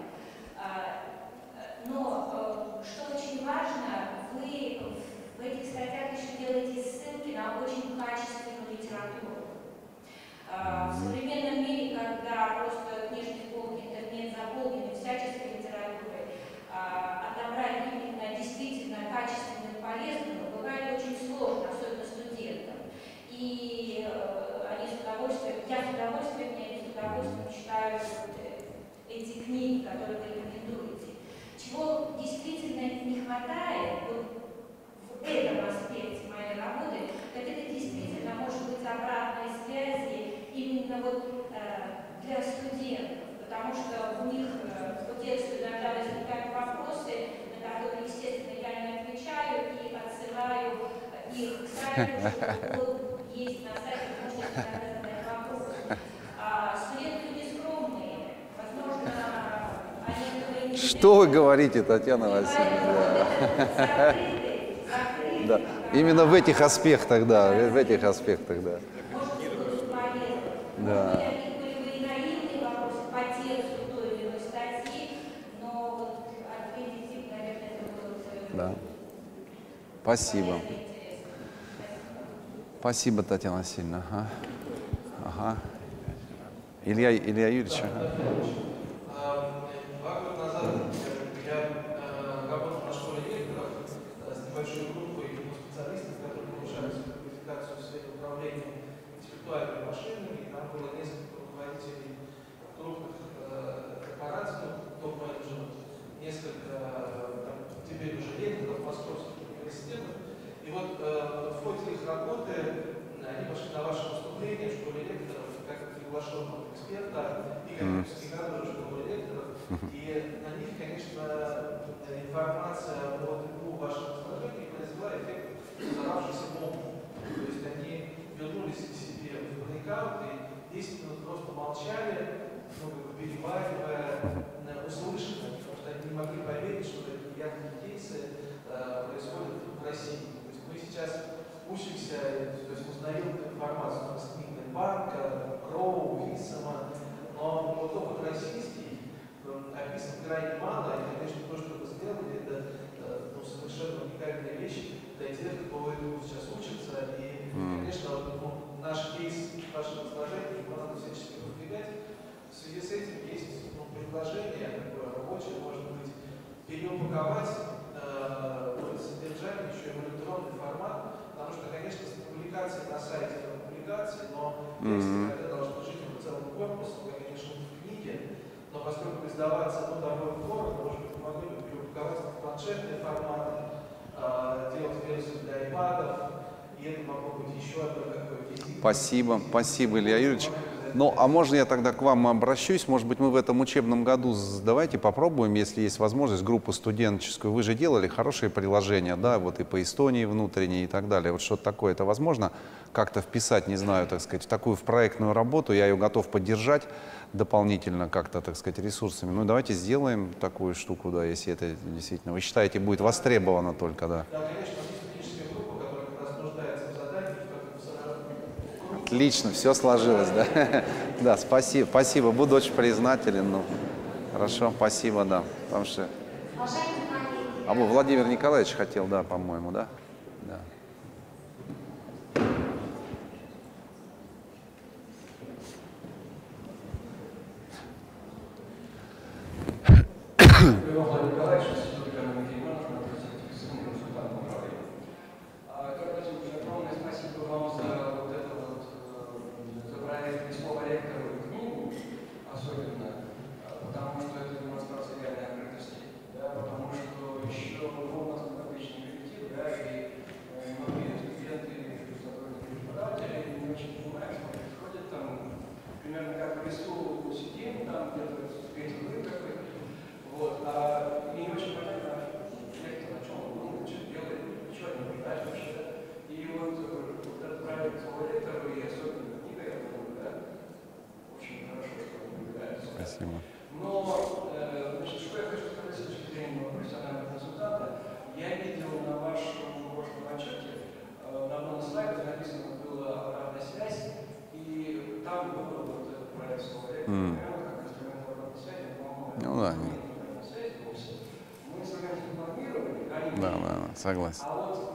Но, что очень важно, вы в этих статьях еще делаете ссылки на очень качественную литературу. В современном мире, когда просто книжный полки, интернет заполнены всяческой литературой, отобрать именно действительно качественную и полезную бывает очень сложно, особенно студентам. сайты, что есть на сайте, можете задать вопросы. А студенты люди скромные, возможно, они этого не Что вы говорите, Татьяна Васильевна? Да. Да. Именно в этих аспектах, да, в этих аспектах, да. Может быть, будет полезно. Да. Может быть, какие были наивные вопросы по тексту той или иной статьи, но вот ответить, наверное, это было бы Да. Спасибо. полезно и интересно. Спасибо, Татьяна Васильевна. Ага. Ага. Илья, Илья Юрьевич. Ага. Два года назад я э, работал на школе лекторов э, с небольшой группой специалистов, которые повышали свою квалификацию в сфере управления интеллектуальными машинами. И там было несколько руководителей крупных э, корпораций, ну, топ-менеджеров, несколько э, там, теперь уже лекторов московских университетов. И вот э, в ходе их работы они пошли на ваше выступление в школе лекторов как приглашенного эксперта и как психиатра в школе лекторов. И на них, конечно, информация о ТПУ вашего сложения произвела эффект взорвавшейся бомбы. То есть они вернулись к себе в блэкаут и десять минут просто молчали, ну, как бы переваривая услышанное, потому что они не могли поверить, что такие яркие кейсы э, происходят в России. То есть мы сейчас учимся, то есть узнаем информацию с книг Банка, Кроу, Виссома, но вот опыт российский описан крайне мало, и, конечно, то, что вы сделали, это ну, совершенно уникальная вещь для тех, кто этому сейчас учится, и, конечно, ну, наш кейс вашего сложения, его надо всячески продвигать. В связи с этим есть ну, предложение, такое рабочее, может быть, переупаковать э, ну, содержание еще и в электронный формат, потому что, конечно, публикации на сайте это публикации, но тексты когда должны жить в целом корпусом, как они живут в книге, но поскольку издаваться ну, довольно дорого, может быть, мы могли бы переупаковать в планшетные форматы, э, делать версию для iPad'ов, и это могло быть еще одно такое визит. Спасибо, спасибо, Илья Юрьевич. Ну, а можно я тогда к вам обращусь? Может быть, мы в этом учебном году давайте попробуем, если есть возможность, группу студенческую. Вы же делали хорошие приложения, да, вот и по Эстонии внутренней и так далее. Вот что-то такое. Это возможно как-то вписать, не знаю, так сказать, в такую в проектную работу? Я ее готов поддержать дополнительно как-то, так сказать, ресурсами. Ну, давайте сделаем такую штуку, да, если это действительно, вы считаете, будет востребовано только, да. Да, конечно, есть студенческая группа, которая как раз нуждается в задании, в Отлично, все сложилось, да. Да, спасибо, спасибо, буду очень признателен. Ну, хорошо, спасибо, да. Потому что... А вы, Владимир Николаевич хотел, да, по-моему, да? Да. Владимир Николаевич, Институт экономики и менеджмента, сертифицированный консультант управления. Корпоратив, огромное спасибо вам за вот это вот, за проект «Письмо ректору» и книгу, особенно, потому что это демонстрация реальной открытости, да, потому что еще ну, у нас обычный коллектив, да, и многие студенты, сотрудники преподаватели не очень понимают, что происходит там, примерно как в лесу сидим, там где-то встретил вы какой-то. Вот, а и не очень понятно, лектор, о чем он думает, что делает, что не понимает вообще. И вот, вот этот проект «Слово ректору» и особенно книга, я думаю, да, очень хорошо, что он наблюдается. Спасибо. Но, э, значит, что я хочу сказать с точки зрения профессионального консультанта, я видел на вашем прошлом отчете, э, на одном из слайдов написано была обратная связь, и там был вот этот проект «Слово ректора», mm. как инструмент обратной связи, по-моему, ну, да, нет. Да, да, согласен.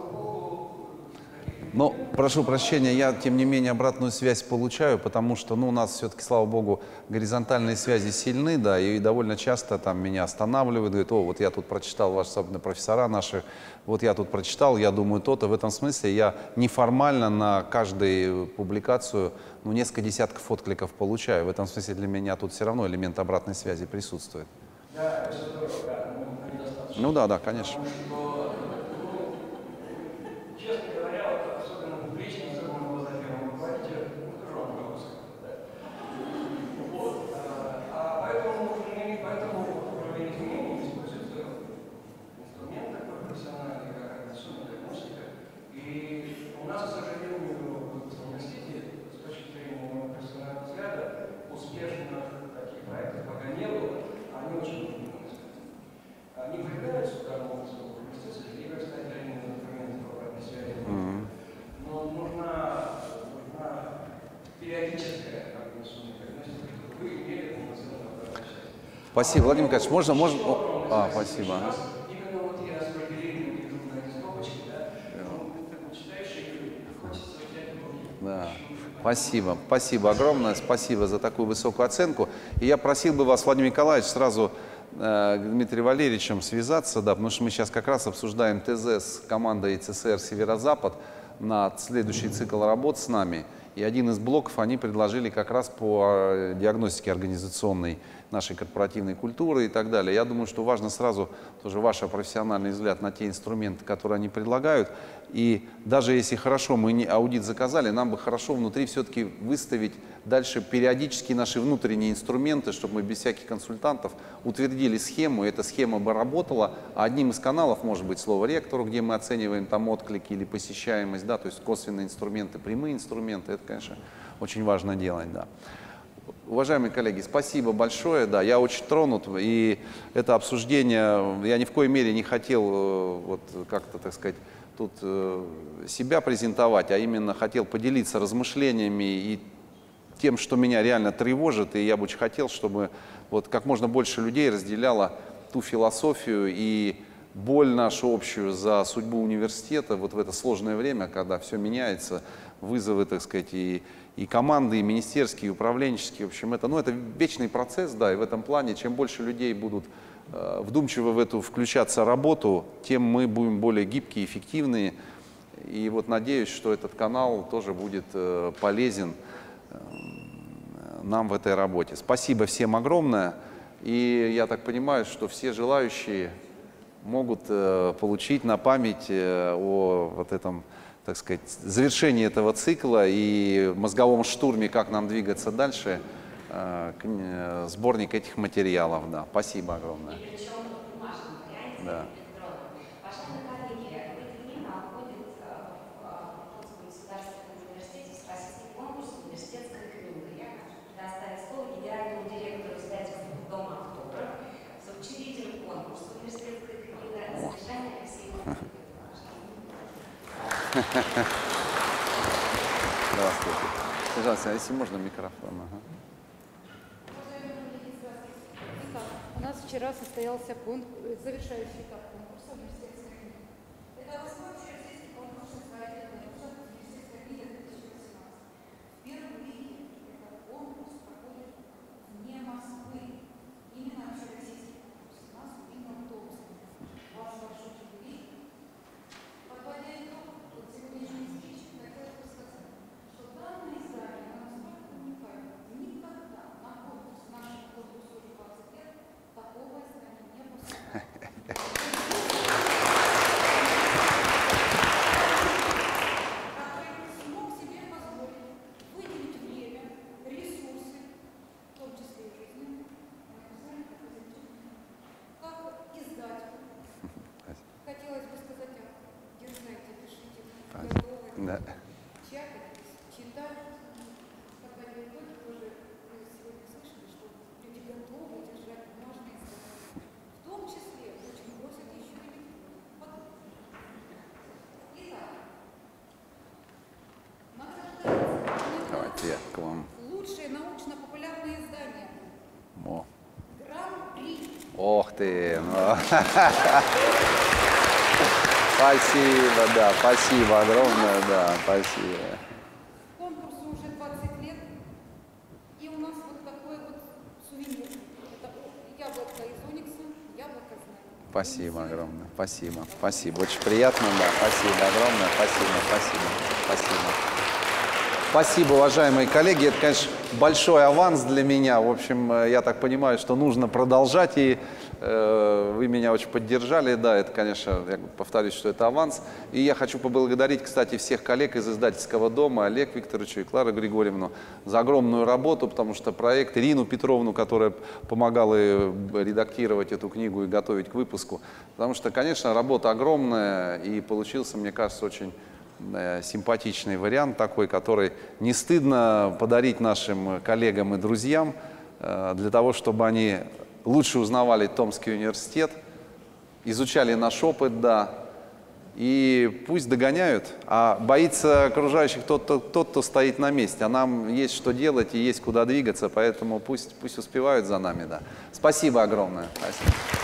Но, прошу прощения, я, тем не менее, обратную связь получаю, потому что, ну, у нас все-таки, слава богу, горизонтальные связи сильны, да, и довольно часто там меня останавливают, говорят, о, вот я тут прочитал, ваши, особенно профессора наши, вот я тут прочитал, я думаю то-то. В этом смысле я неформально на каждую публикацию, ну, несколько десятков откликов получаю. В этом смысле для меня тут все равно элемент обратной связи присутствует. Да, это здорово, да, но недостаточно. Ну да, да, конечно. Честно говоря, вот, особенно публично, особенно глаза первого руководителя, напряженный вопрос. Да. Вот, а, а поэтому, поэтому управление изменений используется инструмент такой профессиональный, как организационная диагностика. И у нас, к сожалению, в университете, с точки зрения моего профессионального взгляда, успешных таких проектов пока не было, они очень нужны. Они появляются, когда могут в университетских играх стать реальными инструментами обратной связи. Но нужна, нужна периодическая диагностика, чтобы вы имели полноценную обратную связь. Спасибо, Владимир Николаевич. Можно, можно? А, спасибо. Именно вот я свой период вижу на эти стопочки, да, ну, ты читаешь и хочется взять в руки. Да. Спасибо, спасибо огромное, спасибо за такую высокую оценку. И я просил бы вас, Владимир Николаевич, сразу э, с Дмитрием Валерьевичем связаться, да, потому что мы сейчас как раз обсуждаем ТЗ с командой ЦСР «Северо-Запад» на следующий цикл работ с нами. И один из блоков они предложили как раз по диагностике организационной нашей корпоративной культуры и так далее. Я думаю, что важно сразу тоже ваш профессиональный взгляд на те инструменты, которые они предлагают. И даже если хорошо мы не аудит заказали, нам бы хорошо внутри все-таки выставить дальше периодически наши внутренние инструменты, чтобы мы без всяких консультантов утвердили схему, и эта схема бы работала. А одним из каналов может быть слово ректору, где мы оцениваем там отклики или посещаемость, да, то есть косвенные инструменты, прямые инструменты. Это, конечно, очень важно делать, да. Уважаемые коллеги, спасибо большое, да, я очень тронут, и это обсуждение, я ни в коей мере не хотел вот как-то, так сказать, тут себя презентовать, а именно хотел поделиться размышлениями и тем, что меня реально тревожит, и я бы очень хотел, чтобы вот как можно больше людей разделяло ту философию и боль нашу общую за судьбу университета вот в это сложное время, когда все меняется, вызовы, так сказать, и, и команды, и министерские, и управленческие. В общем, это, ну, это вечный процесс, да, и в этом плане, чем больше людей будут э, вдумчиво в эту включаться работу, тем мы будем более гибкие, эффективные. И вот надеюсь, что этот канал тоже будет э, полезен э, нам в этой работе. Спасибо всем огромное. И я так понимаю, что все желающие могут э, получить на память э, о вот этом, так сказать, завершении этого цикла и мозговом штурме, как нам двигаться дальше, э, к, э, сборник этих материалов. Да. Спасибо огромное. И причем в бумажном варианте, да. электронном. Уважаемые коллеги, в это время входит в Московском государственном университете всероссийский конкурс «Университетская книга». Я хочу предоставить слово генеральному директору издательства «Дом автограф», соучредителю конкурса «Университетская книга» Содержание Алексея Ивановича. Здравствуйте. Пожалуйста, если можно, микрофон. Ага. У нас вчера состоялся конкурс, завершающий этап конкурса «Университетская книга». Это восьмой всероссийский конкурс «Инфраструктурный университетская книга две тысячи восемнадцать». Впервые этот конкурс проходит вне Москвы. Именно всероссийский конкурс. У нас именно Томск. Ваш большой юбилей. Подводя итог, вот сегодняшний спич, хотелось бы сказать, что данное издание настолько уникально. Никогда на конкурс, нашему конкурсу уже двадцать лет, такого издания не было. Смог себе позволить выделить время, ресурсы, в том числе и жизненные, как издателю. Хотелось бы сказать, дерзайте, пишите, готовы, Да. читать, читать. Подводя итоги, тоже вы сегодня слышали, что люди готовы держать бумажные издания. В том числе очень просят еще и электронные. Итак, награждается Давайте я к вам. лучшее научно-популярное издание. О. Гран-при. Ох ты! Ну. Спасибо, да, спасибо огромное, да, спасибо. Конкурсу уже двадцать лет, и у нас вот такой вот сувенир. Это яблоко из оникса, яблоко знания. Спасибо огромное, спасибо, спасибо. Очень приятно, да, спасибо огромное, спасибо, спасибо, спасибо. Спасибо, уважаемые коллеги. Это, конечно, большой аванс для меня. В общем, я так понимаю, что нужно продолжать, и э, вы меня очень поддержали. Да, это, конечно, я повторюсь, что это аванс. И я хочу поблагодарить, кстати, всех коллег из издательского дома, Олег Викторовича и Клару Григорьевну, за огромную работу, потому что проект, Ирину Петровну, которая помогала редактировать эту книгу и готовить к выпуску. Потому что, конечно, работа огромная, и получился, мне кажется, очень э, симпатичный вариант такой, который не стыдно подарить нашим коллегам и друзьям, э, для того, чтобы они лучше узнавали Томский университет, изучали наш опыт, да, и пусть догоняют. А боится окружающих тот, кто, тот, кто стоит на месте. А нам есть что делать и есть куда двигаться, поэтому пусть, пусть успевают за нами, да. Спасибо огромное. Спасибо.